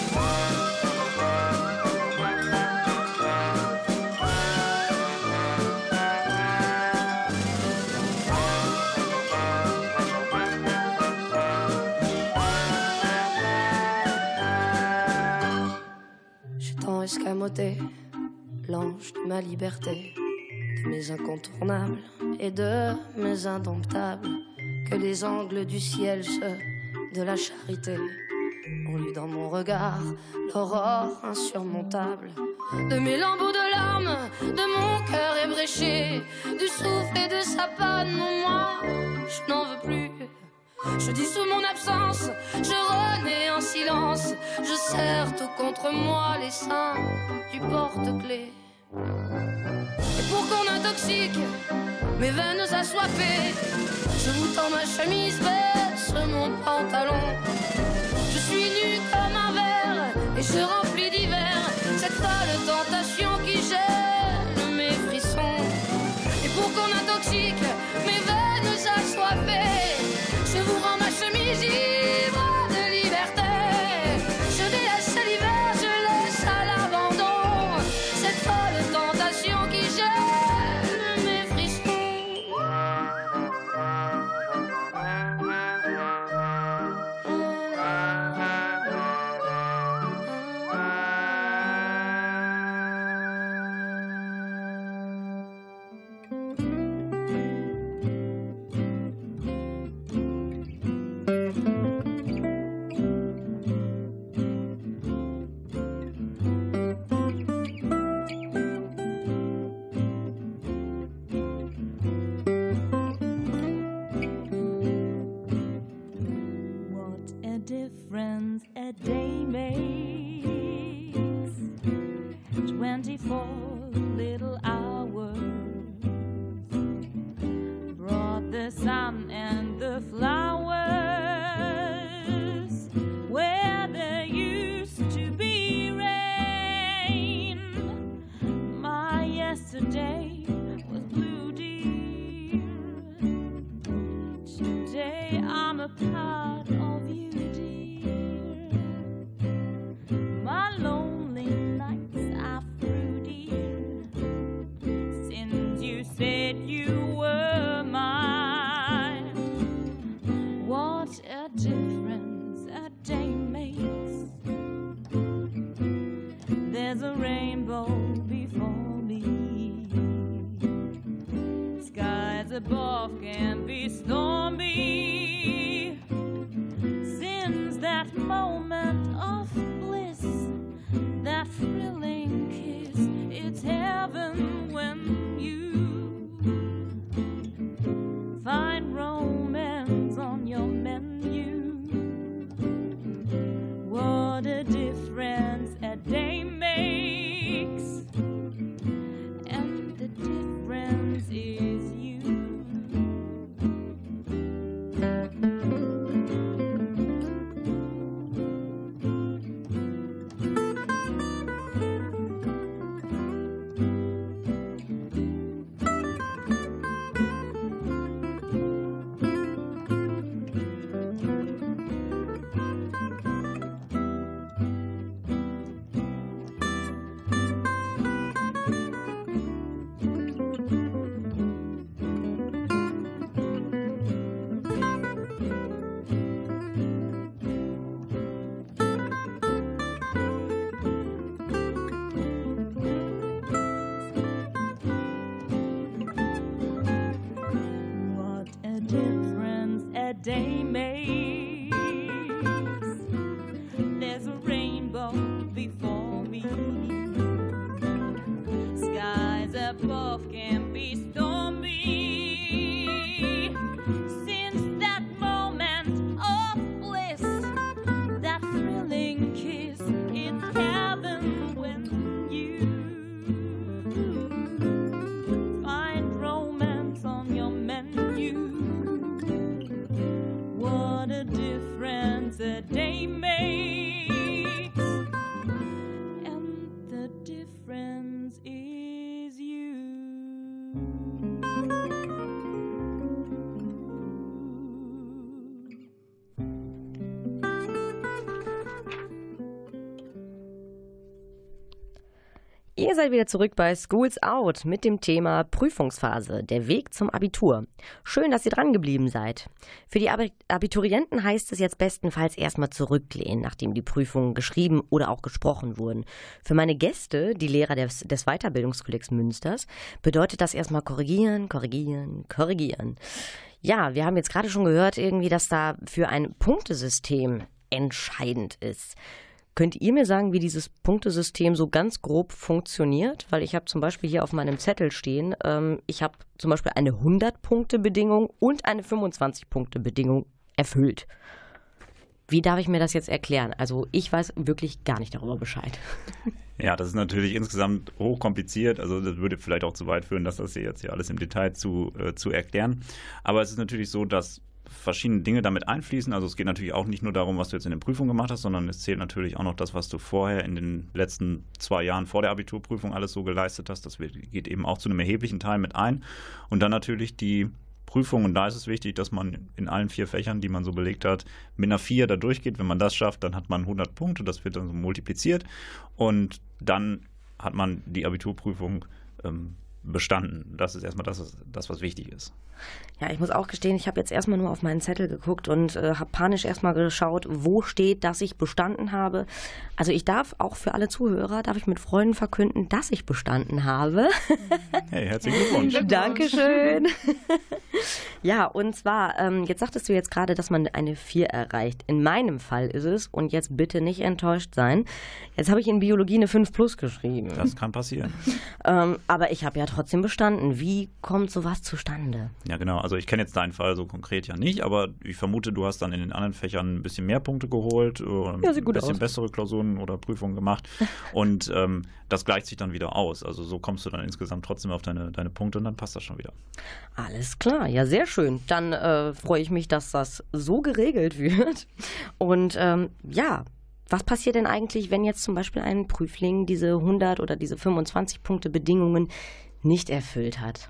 Escamoté, l'ange de ma liberté, de mes incontournables et de mes indomptables, que les angles du ciel, ceux de la charité, ont lu dans mon regard l'aurore insurmontable, de mes lambeaux de larmes, de mon cœur ébréché, du souffle et de sa panne. Non, moi, je n'en veux plus. Je dis sous mon absence, je renais en silence, je serre tout contre moi les seins du porte-clés. Et pour qu'on intoxique mes veines assoiffées, je vous tends ma chemise, baisse mon pantalon. Je suis nue comme un verre et je remplis d'hiver cette folle tentation qui gêne mes frissons. Et pour qu'on intoxique mes veines assoiffées, je vous rends ma chemise ivre de liberté. Je délaisse l'hiver, je laisse à l'abandon cette a day makes twenty-four little hours, brought the sun and the flowers where there used to be rain. My yesterday was blue, dear. Today I'm a part of you, dear. My lonely nights are through, dear, since you said you were mine. What a difference a day makes. There's a rainbow before me. Skies above can be stormy. Since that moment of bliss, that thrilling kiss, it's heaven when you find romance on your menu. What a difference a day makes, and the difference is you. What a difference a day makes. There's a rainbow before me. Skies above can be stormy. Since that moment of bliss, that thrilling kiss, it's heaven when you find romance on your menu. What a difference a day makes, and the difference is you. Ihr seid wieder zurück bei Schools Out mit dem Thema Prüfungsphase, der Weg zum Abitur. Schön, dass ihr dran geblieben seid. Für die Ab- Abiturienten heißt es jetzt bestenfalls erstmal zurücklehnen, nachdem die Prüfungen geschrieben oder auch gesprochen wurden. Für meine Gäste, die Lehrer des, des Weiterbildungskollegs Münsters, bedeutet das erstmal korrigieren, korrigieren, korrigieren. Ja, wir haben jetzt gerade schon gehört, irgendwie, dass da für ein Punktesystem entscheidend ist. Könnt ihr mir sagen, wie dieses Punktesystem so ganz grob funktioniert? Weil ich habe zum Beispiel hier auf meinem Zettel stehen, ähm, ich habe zum Beispiel eine hundert-Punkte-Bedingung und eine fünfundzwanzig-Punkte-Bedingung erfüllt. Wie darf ich mir das jetzt erklären? Also ich weiß wirklich gar nicht darüber Bescheid. Ja, das ist natürlich insgesamt hochkompliziert. Also das würde vielleicht auch zu weit führen, dass das hier jetzt hier alles im Detail zu, äh, zu erklären. Aber es ist natürlich so, dass verschiedene Dinge damit einfließen. Also es geht natürlich auch nicht nur darum, was du jetzt in der Prüfung gemacht hast, sondern es zählt natürlich auch noch das, was du vorher in den letzten zwei Jahren vor der Abiturprüfung alles so geleistet hast. Das geht eben auch zu einem erheblichen Teil mit ein. Und dann natürlich die Prüfung. Und da ist es wichtig, dass man in allen vier Fächern, die man so belegt hat, mit einer vier da durchgeht. Wenn man das schafft, dann hat man hundert Punkte. Das wird dann so multipliziert. Und dann hat man die Abiturprüfung ähm, bestanden. Das ist erstmal das, das, was wichtig ist. Ja, ich muss auch gestehen, ich habe jetzt erstmal nur auf meinen Zettel geguckt und äh, habe panisch erstmal geschaut, wo steht, dass ich bestanden habe. Also ich darf auch für alle Zuhörer, darf ich mit Freunden verkünden, dass ich bestanden habe. Hey, herzlichen Glückwunsch. Dankeschön. Ja, und zwar, ähm, jetzt sagtest du jetzt gerade, dass man eine vier erreicht. In meinem Fall ist es, und jetzt bitte nicht enttäuscht sein, jetzt habe ich in Biologie eine fünf plus geschrieben. Das kann passieren. Ähm, aber ich habe ja trotzdem bestanden. Wie kommt sowas zustande? Ja, genau. Also ich kenne jetzt deinen Fall so konkret ja nicht, aber ich vermute, du hast dann in den anderen Fächern ein bisschen mehr Punkte geholt, oder ja, sieht gut ein bisschen aus. bessere Klausuren oder Prüfungen gemacht und ähm, das gleicht sich dann wieder aus. Also so kommst du dann insgesamt trotzdem auf deine, deine Punkte und dann passt das schon wieder. Alles klar, ja, sehr schön. Dann äh, freue ich mich, dass das so geregelt wird. Und ähm, ja, was passiert denn eigentlich, wenn jetzt zum Beispiel ein Prüfling diese hundert oder diese fünfundzwanzig Punkte Bedingungen nicht erfüllt hat?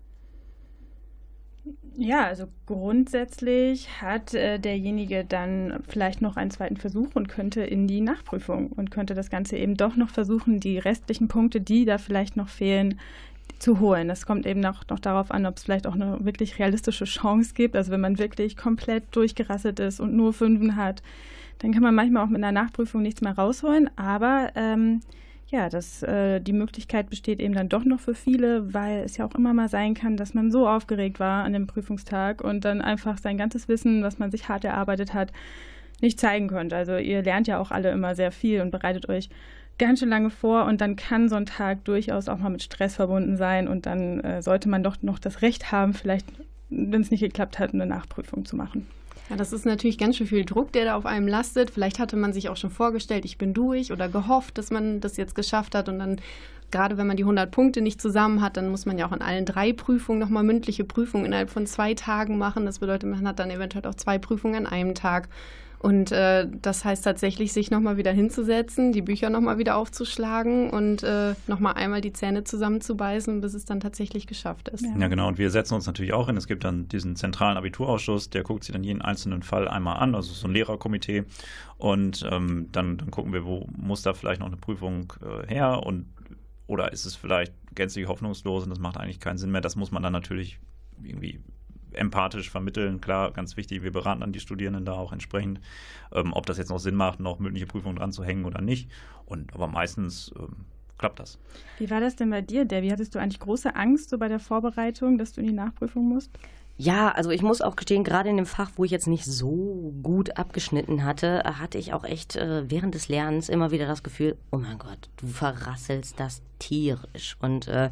Ja, also grundsätzlich hat äh, derjenige dann vielleicht noch einen zweiten Versuch und könnte in die Nachprüfung und könnte das Ganze eben doch noch versuchen, die restlichen Punkte, die da vielleicht noch fehlen, zu holen. Das kommt eben noch, noch darauf an, ob es vielleicht auch eine wirklich realistische Chance gibt. Also wenn man wirklich komplett durchgerasselt ist und nur Fünfen hat, dann kann man manchmal auch mit einer Nachprüfung nichts mehr rausholen. Aber ähm, ja, das, äh, die Möglichkeit besteht eben dann doch noch für viele, weil es ja auch immer mal sein kann, dass man so aufgeregt war an dem Prüfungstag und dann einfach sein ganzes Wissen, was man sich hart erarbeitet hat, nicht zeigen konnte. Also ihr lernt ja auch alle immer sehr viel und bereitet euch ganz schön lange vor und dann kann so ein Tag durchaus auch mal mit Stress verbunden sein und dann äh, sollte man doch noch das Recht haben, vielleicht, wenn es nicht geklappt hat, eine Nachprüfung zu machen. Ja, das ist natürlich ganz schön viel Druck, der da auf einem lastet. Vielleicht hatte man sich auch schon vorgestellt, ich bin durch oder gehofft, dass man das jetzt geschafft hat und dann, gerade wenn man die hundert Punkte nicht zusammen hat, dann muss man ja auch in allen drei Prüfungen nochmal mündliche Prüfungen innerhalb von zwei Tagen machen. Das bedeutet, man hat dann eventuell auch zwei Prüfungen an einem Tag. Und äh, das heißt tatsächlich, sich nochmal wieder hinzusetzen, die Bücher nochmal wieder aufzuschlagen und äh, nochmal einmal die Zähne zusammenzubeißen, bis es dann tatsächlich geschafft ist. Ja. ja, genau. Und wir setzen uns natürlich auch hin. Es gibt dann diesen zentralen Abiturausschuss, der guckt sich dann jeden einzelnen Fall einmal an, also so ein Lehrerkomitee. Und ähm, dann, dann gucken wir, wo muss da vielleicht noch eine Prüfung äh, her und oder ist es vielleicht gänzlich hoffnungslos und das macht eigentlich keinen Sinn mehr. Das muss man dann natürlich irgendwie empathisch vermitteln. Klar, ganz wichtig, wir beraten dann die Studierenden da auch entsprechend, ähm, ob das jetzt noch Sinn macht, noch mündliche Prüfungen dran zu hängen oder nicht. Und aber meistens ähm, klappt das. Wie war das denn bei dir, Debbie? Hattest du eigentlich große Angst so bei der Vorbereitung, dass du in die Nachprüfung musst? Ja, also ich muss auch gestehen, gerade in dem Fach, wo ich jetzt nicht so gut abgeschnitten hatte, hatte ich auch echt äh, während des Lernens immer wieder das Gefühl, oh mein Gott, du verrasselst das tierisch. Und äh,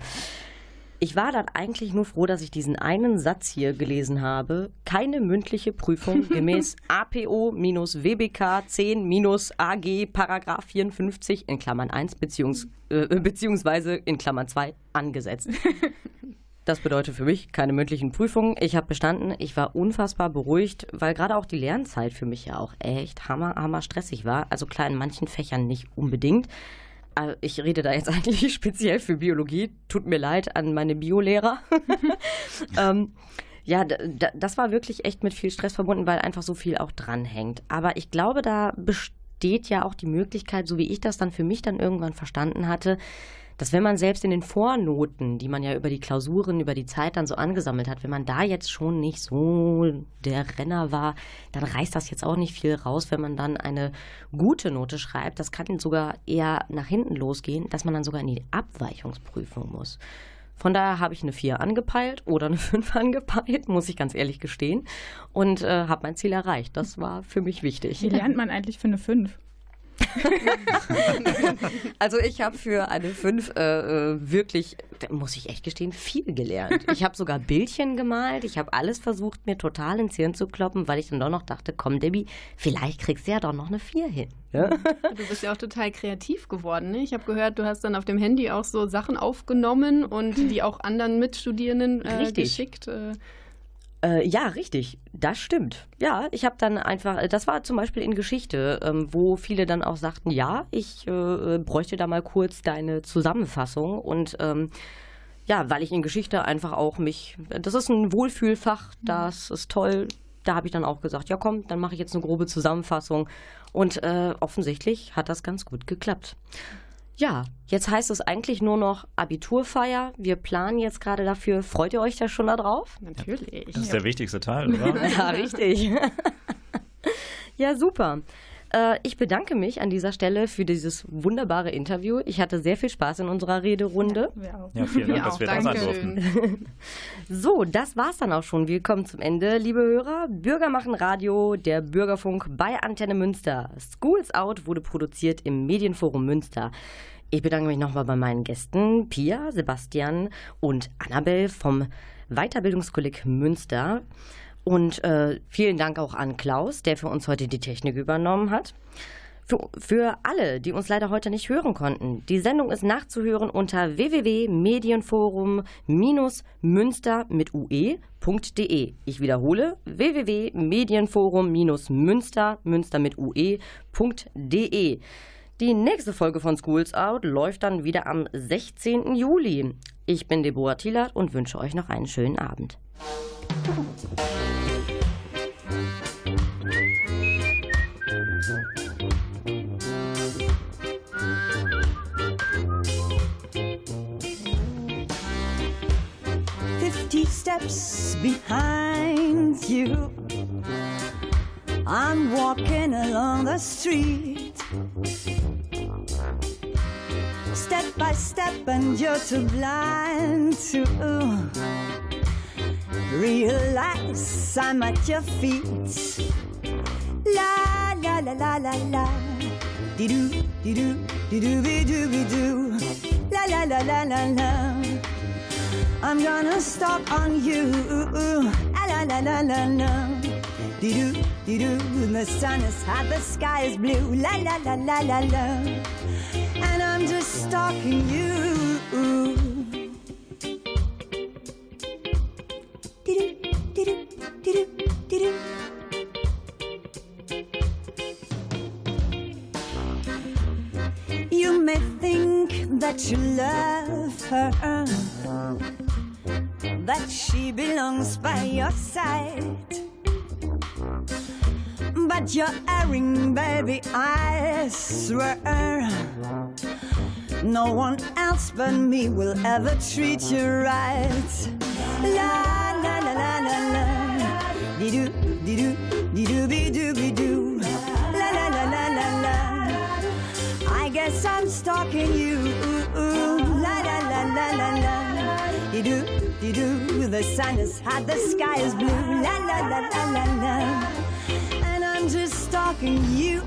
ich war dann eigentlich nur froh, dass ich diesen einen Satz hier gelesen habe. Keine mündliche Prüfung gemäß A P O-W B K zehn-A G Paragraph vierundfünfzig in Klammern eins beziehungs, äh, beziehungsweise in Klammern zwei angesetzt. Das bedeutet für mich keine mündlichen Prüfungen. Ich habe bestanden. Ich war unfassbar beruhigt, weil gerade auch die Lernzeit für mich ja auch echt hammer, hammer stressig war. Also klar, in manchen Fächern nicht unbedingt. Ich rede da jetzt eigentlich speziell für Biologie. Tut mir leid an meine Biolehrer. ähm, ja, d- das war wirklich echt mit viel Stress verbunden, weil einfach so viel auch dranhängt. Aber ich glaube, da besteht ja auch die Möglichkeit, so wie ich das dann für mich dann irgendwann verstanden hatte, dass wenn man selbst in den Vornoten, die man ja über die Klausuren, über die Zeit dann so angesammelt hat, wenn man da jetzt schon nicht so der Renner war, dann reißt das jetzt auch nicht viel raus, wenn man dann eine gute Note schreibt. Das kann sogar eher nach hinten losgehen, dass man dann sogar in die Abweichungsprüfung muss. Von daher habe ich eine vier angepeilt oder eine fünf angepeilt, muss ich ganz ehrlich gestehen, und äh, habe mein Ziel erreicht. Das war für mich wichtig. Wie lernt man eigentlich für eine fünf? Also ich habe für eine fünf äh, wirklich, muss ich echt gestehen, viel gelernt. Ich habe sogar Bildchen gemalt, ich habe alles versucht, mir total ins Hirn zu kloppen, weil ich dann doch noch dachte, komm Debbie, vielleicht kriegst du ja doch noch eine vier hin. Ja? Du bist ja auch total kreativ geworden. Ne? Ich habe gehört, du hast dann auf dem Handy auch so Sachen aufgenommen und die auch anderen Mitstudierenden äh, geschickt. Äh. Äh, ja, richtig. Das stimmt. Ja, ich habe dann einfach, das war zum Beispiel in Geschichte, ähm, wo viele dann auch sagten, ja, ich äh, bräuchte da mal kurz deine Zusammenfassung und ähm, ja, weil ich in Geschichte einfach auch mich, das ist ein Wohlfühlfach, das ist toll. Da habe ich dann auch gesagt, ja komm, dann mache ich jetzt eine grobe Zusammenfassung und äh, offensichtlich hat das ganz gut geklappt. Ja, jetzt heißt es eigentlich nur noch Abiturfeier. Wir planen jetzt gerade dafür. Freut ihr euch da schon da drauf? Natürlich. Das ist der wichtigste Teil, oder? Ja, richtig. Ja, super. Äh, ich bedanke mich an dieser Stelle für dieses wunderbare Interview. Ich hatte sehr viel Spaß in unserer Rederunde. Ja, wir auch. Ja, vielen Dank, Wir dass auch, wir da sein Dankeschön. durften. So, das war's dann auch schon. Wir kommen zum Ende, liebe Hörer. Bürger machen Radio, der Bürgerfunk bei Antenne Münster. Schools Out wurde produziert im Medienforum Münster. Ich bedanke mich nochmal bei meinen Gästen Pia, Sebastian und Annabel vom Weiterbildungskolleg Münster. Und äh, vielen Dank auch an Klaus, der für uns heute die Technik übernommen hat. Für, für alle, die uns leider heute nicht hören konnten, die Sendung ist nachzuhören unter w w w punkt medienforum münster mit ue.de. Ich wiederhole, w w w punkt medienforum münster, Münster mit ue.de. Die nächste Folge von Schools Out läuft dann wieder am sechzehnten Juli. Ich bin Deborah Thielert und wünsche euch noch einen schönen Abend. Fifty steps behind you, I'm walking along the street. Step by step and you're too blind to realize I'm at your feet. La la la la la la, dee-doo, dee-doo, dee-doo, dee-doo, dee-doo. La la la la la la, I'm gonna stalk on you. La la la la la la, dee-doo, dee-doo. The sun is hot, the sky is blue. La la la la la la, and I'm just stalking you. Dee-doo, dee-doo, dee-doo, dee-doo. You may think that you love her, that she belongs by your side, but you're erring, baby, I swear. No one else but me will ever treat you right. La la la la la la, dee-doo, dee-doo, dee-doo, dee-doo, dee-doo. La la la la la la, I guess I'm stalking you. La la la la la la, dee-doo, dee-doo. The sun is hot, the sky is blue. La la la la la la, and I'm just stalking you.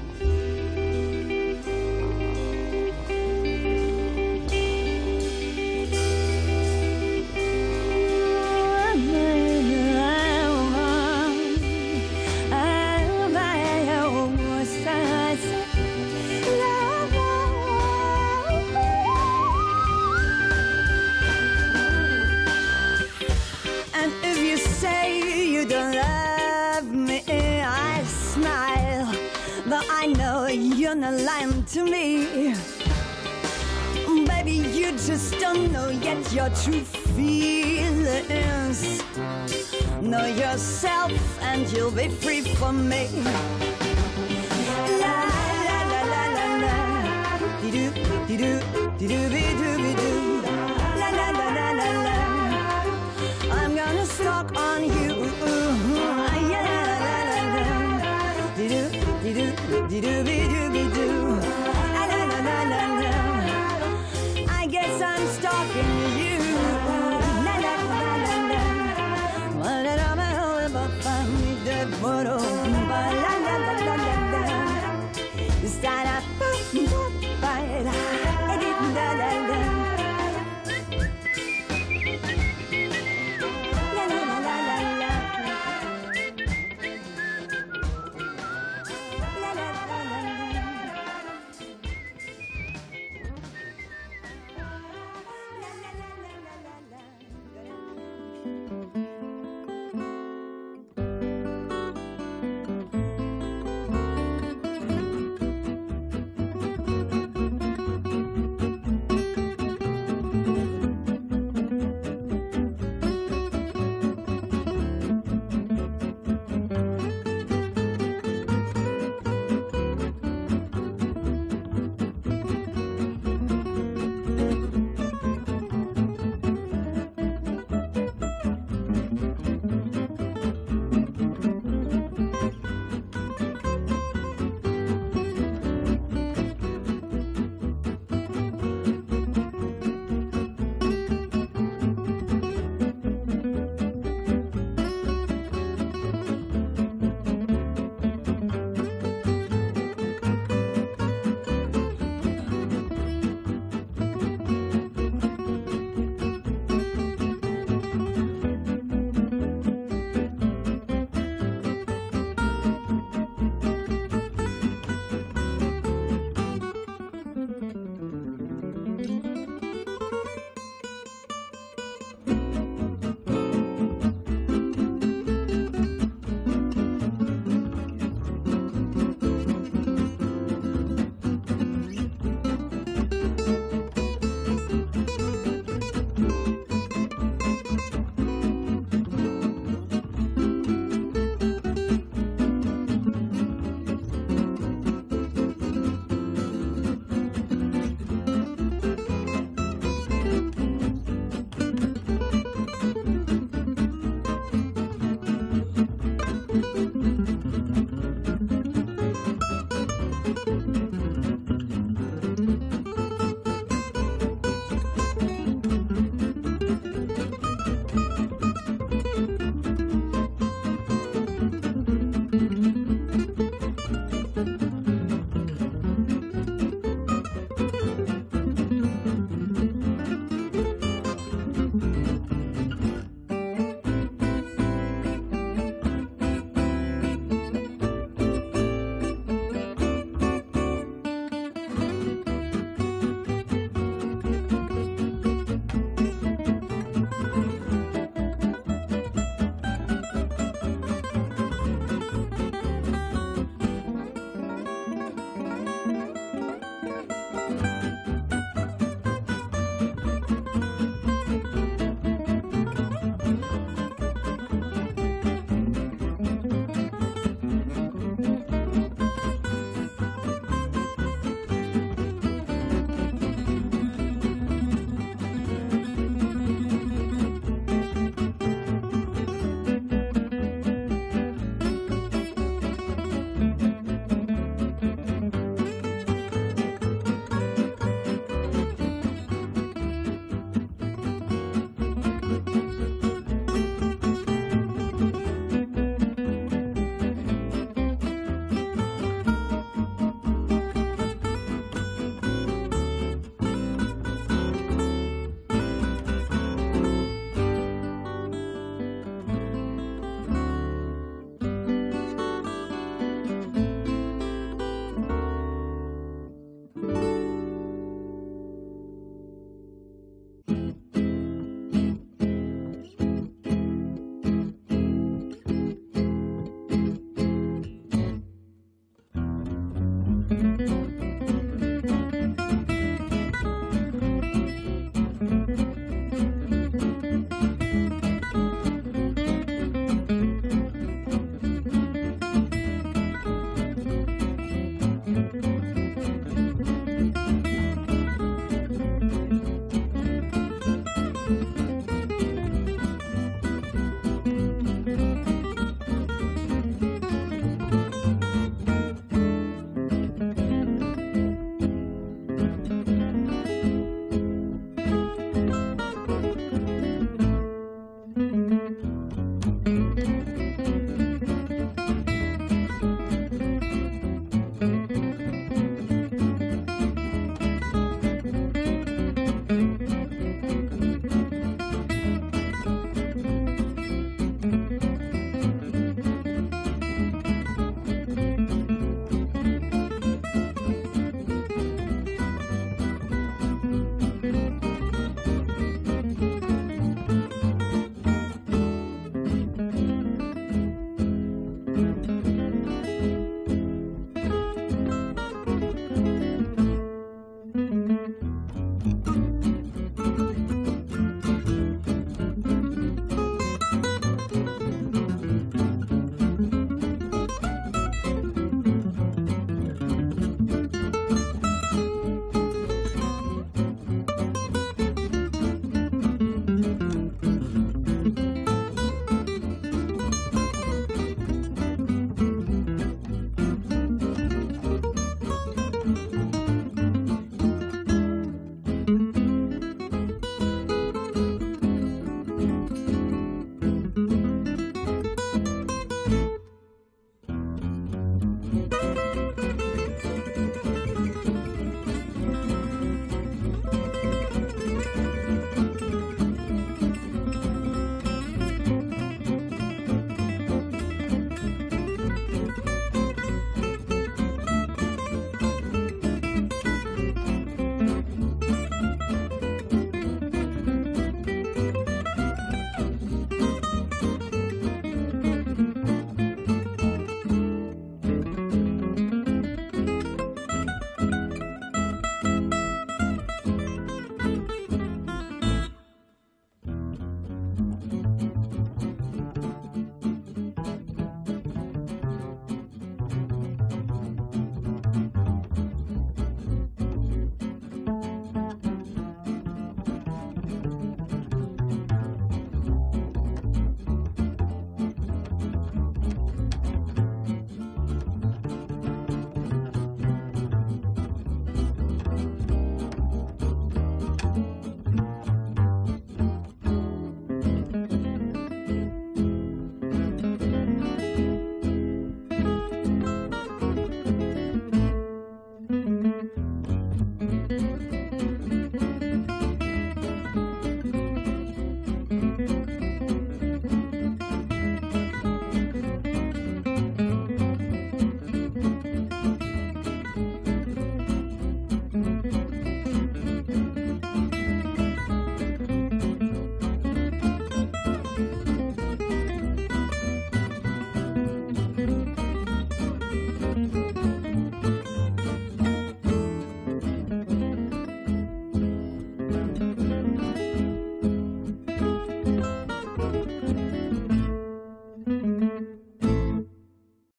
I know you're not lying to me. Baby, you just don't know yet your true feelings. Know yourself and you'll be free for me. La la la la la la, dee-doo, dee-doo, dee-doo, dee-doo, dee-doo. La la la la la la, I'm gonna stalk on you. Yeah, la la la la, dee-doo, dee-doo, dee-doo, dee-doo, dee-doo. La la la la la la, I guess I'm stalking you. La la la la la, la la la la la, find dead photo. La la la la la la, stand up, fight, la la la la.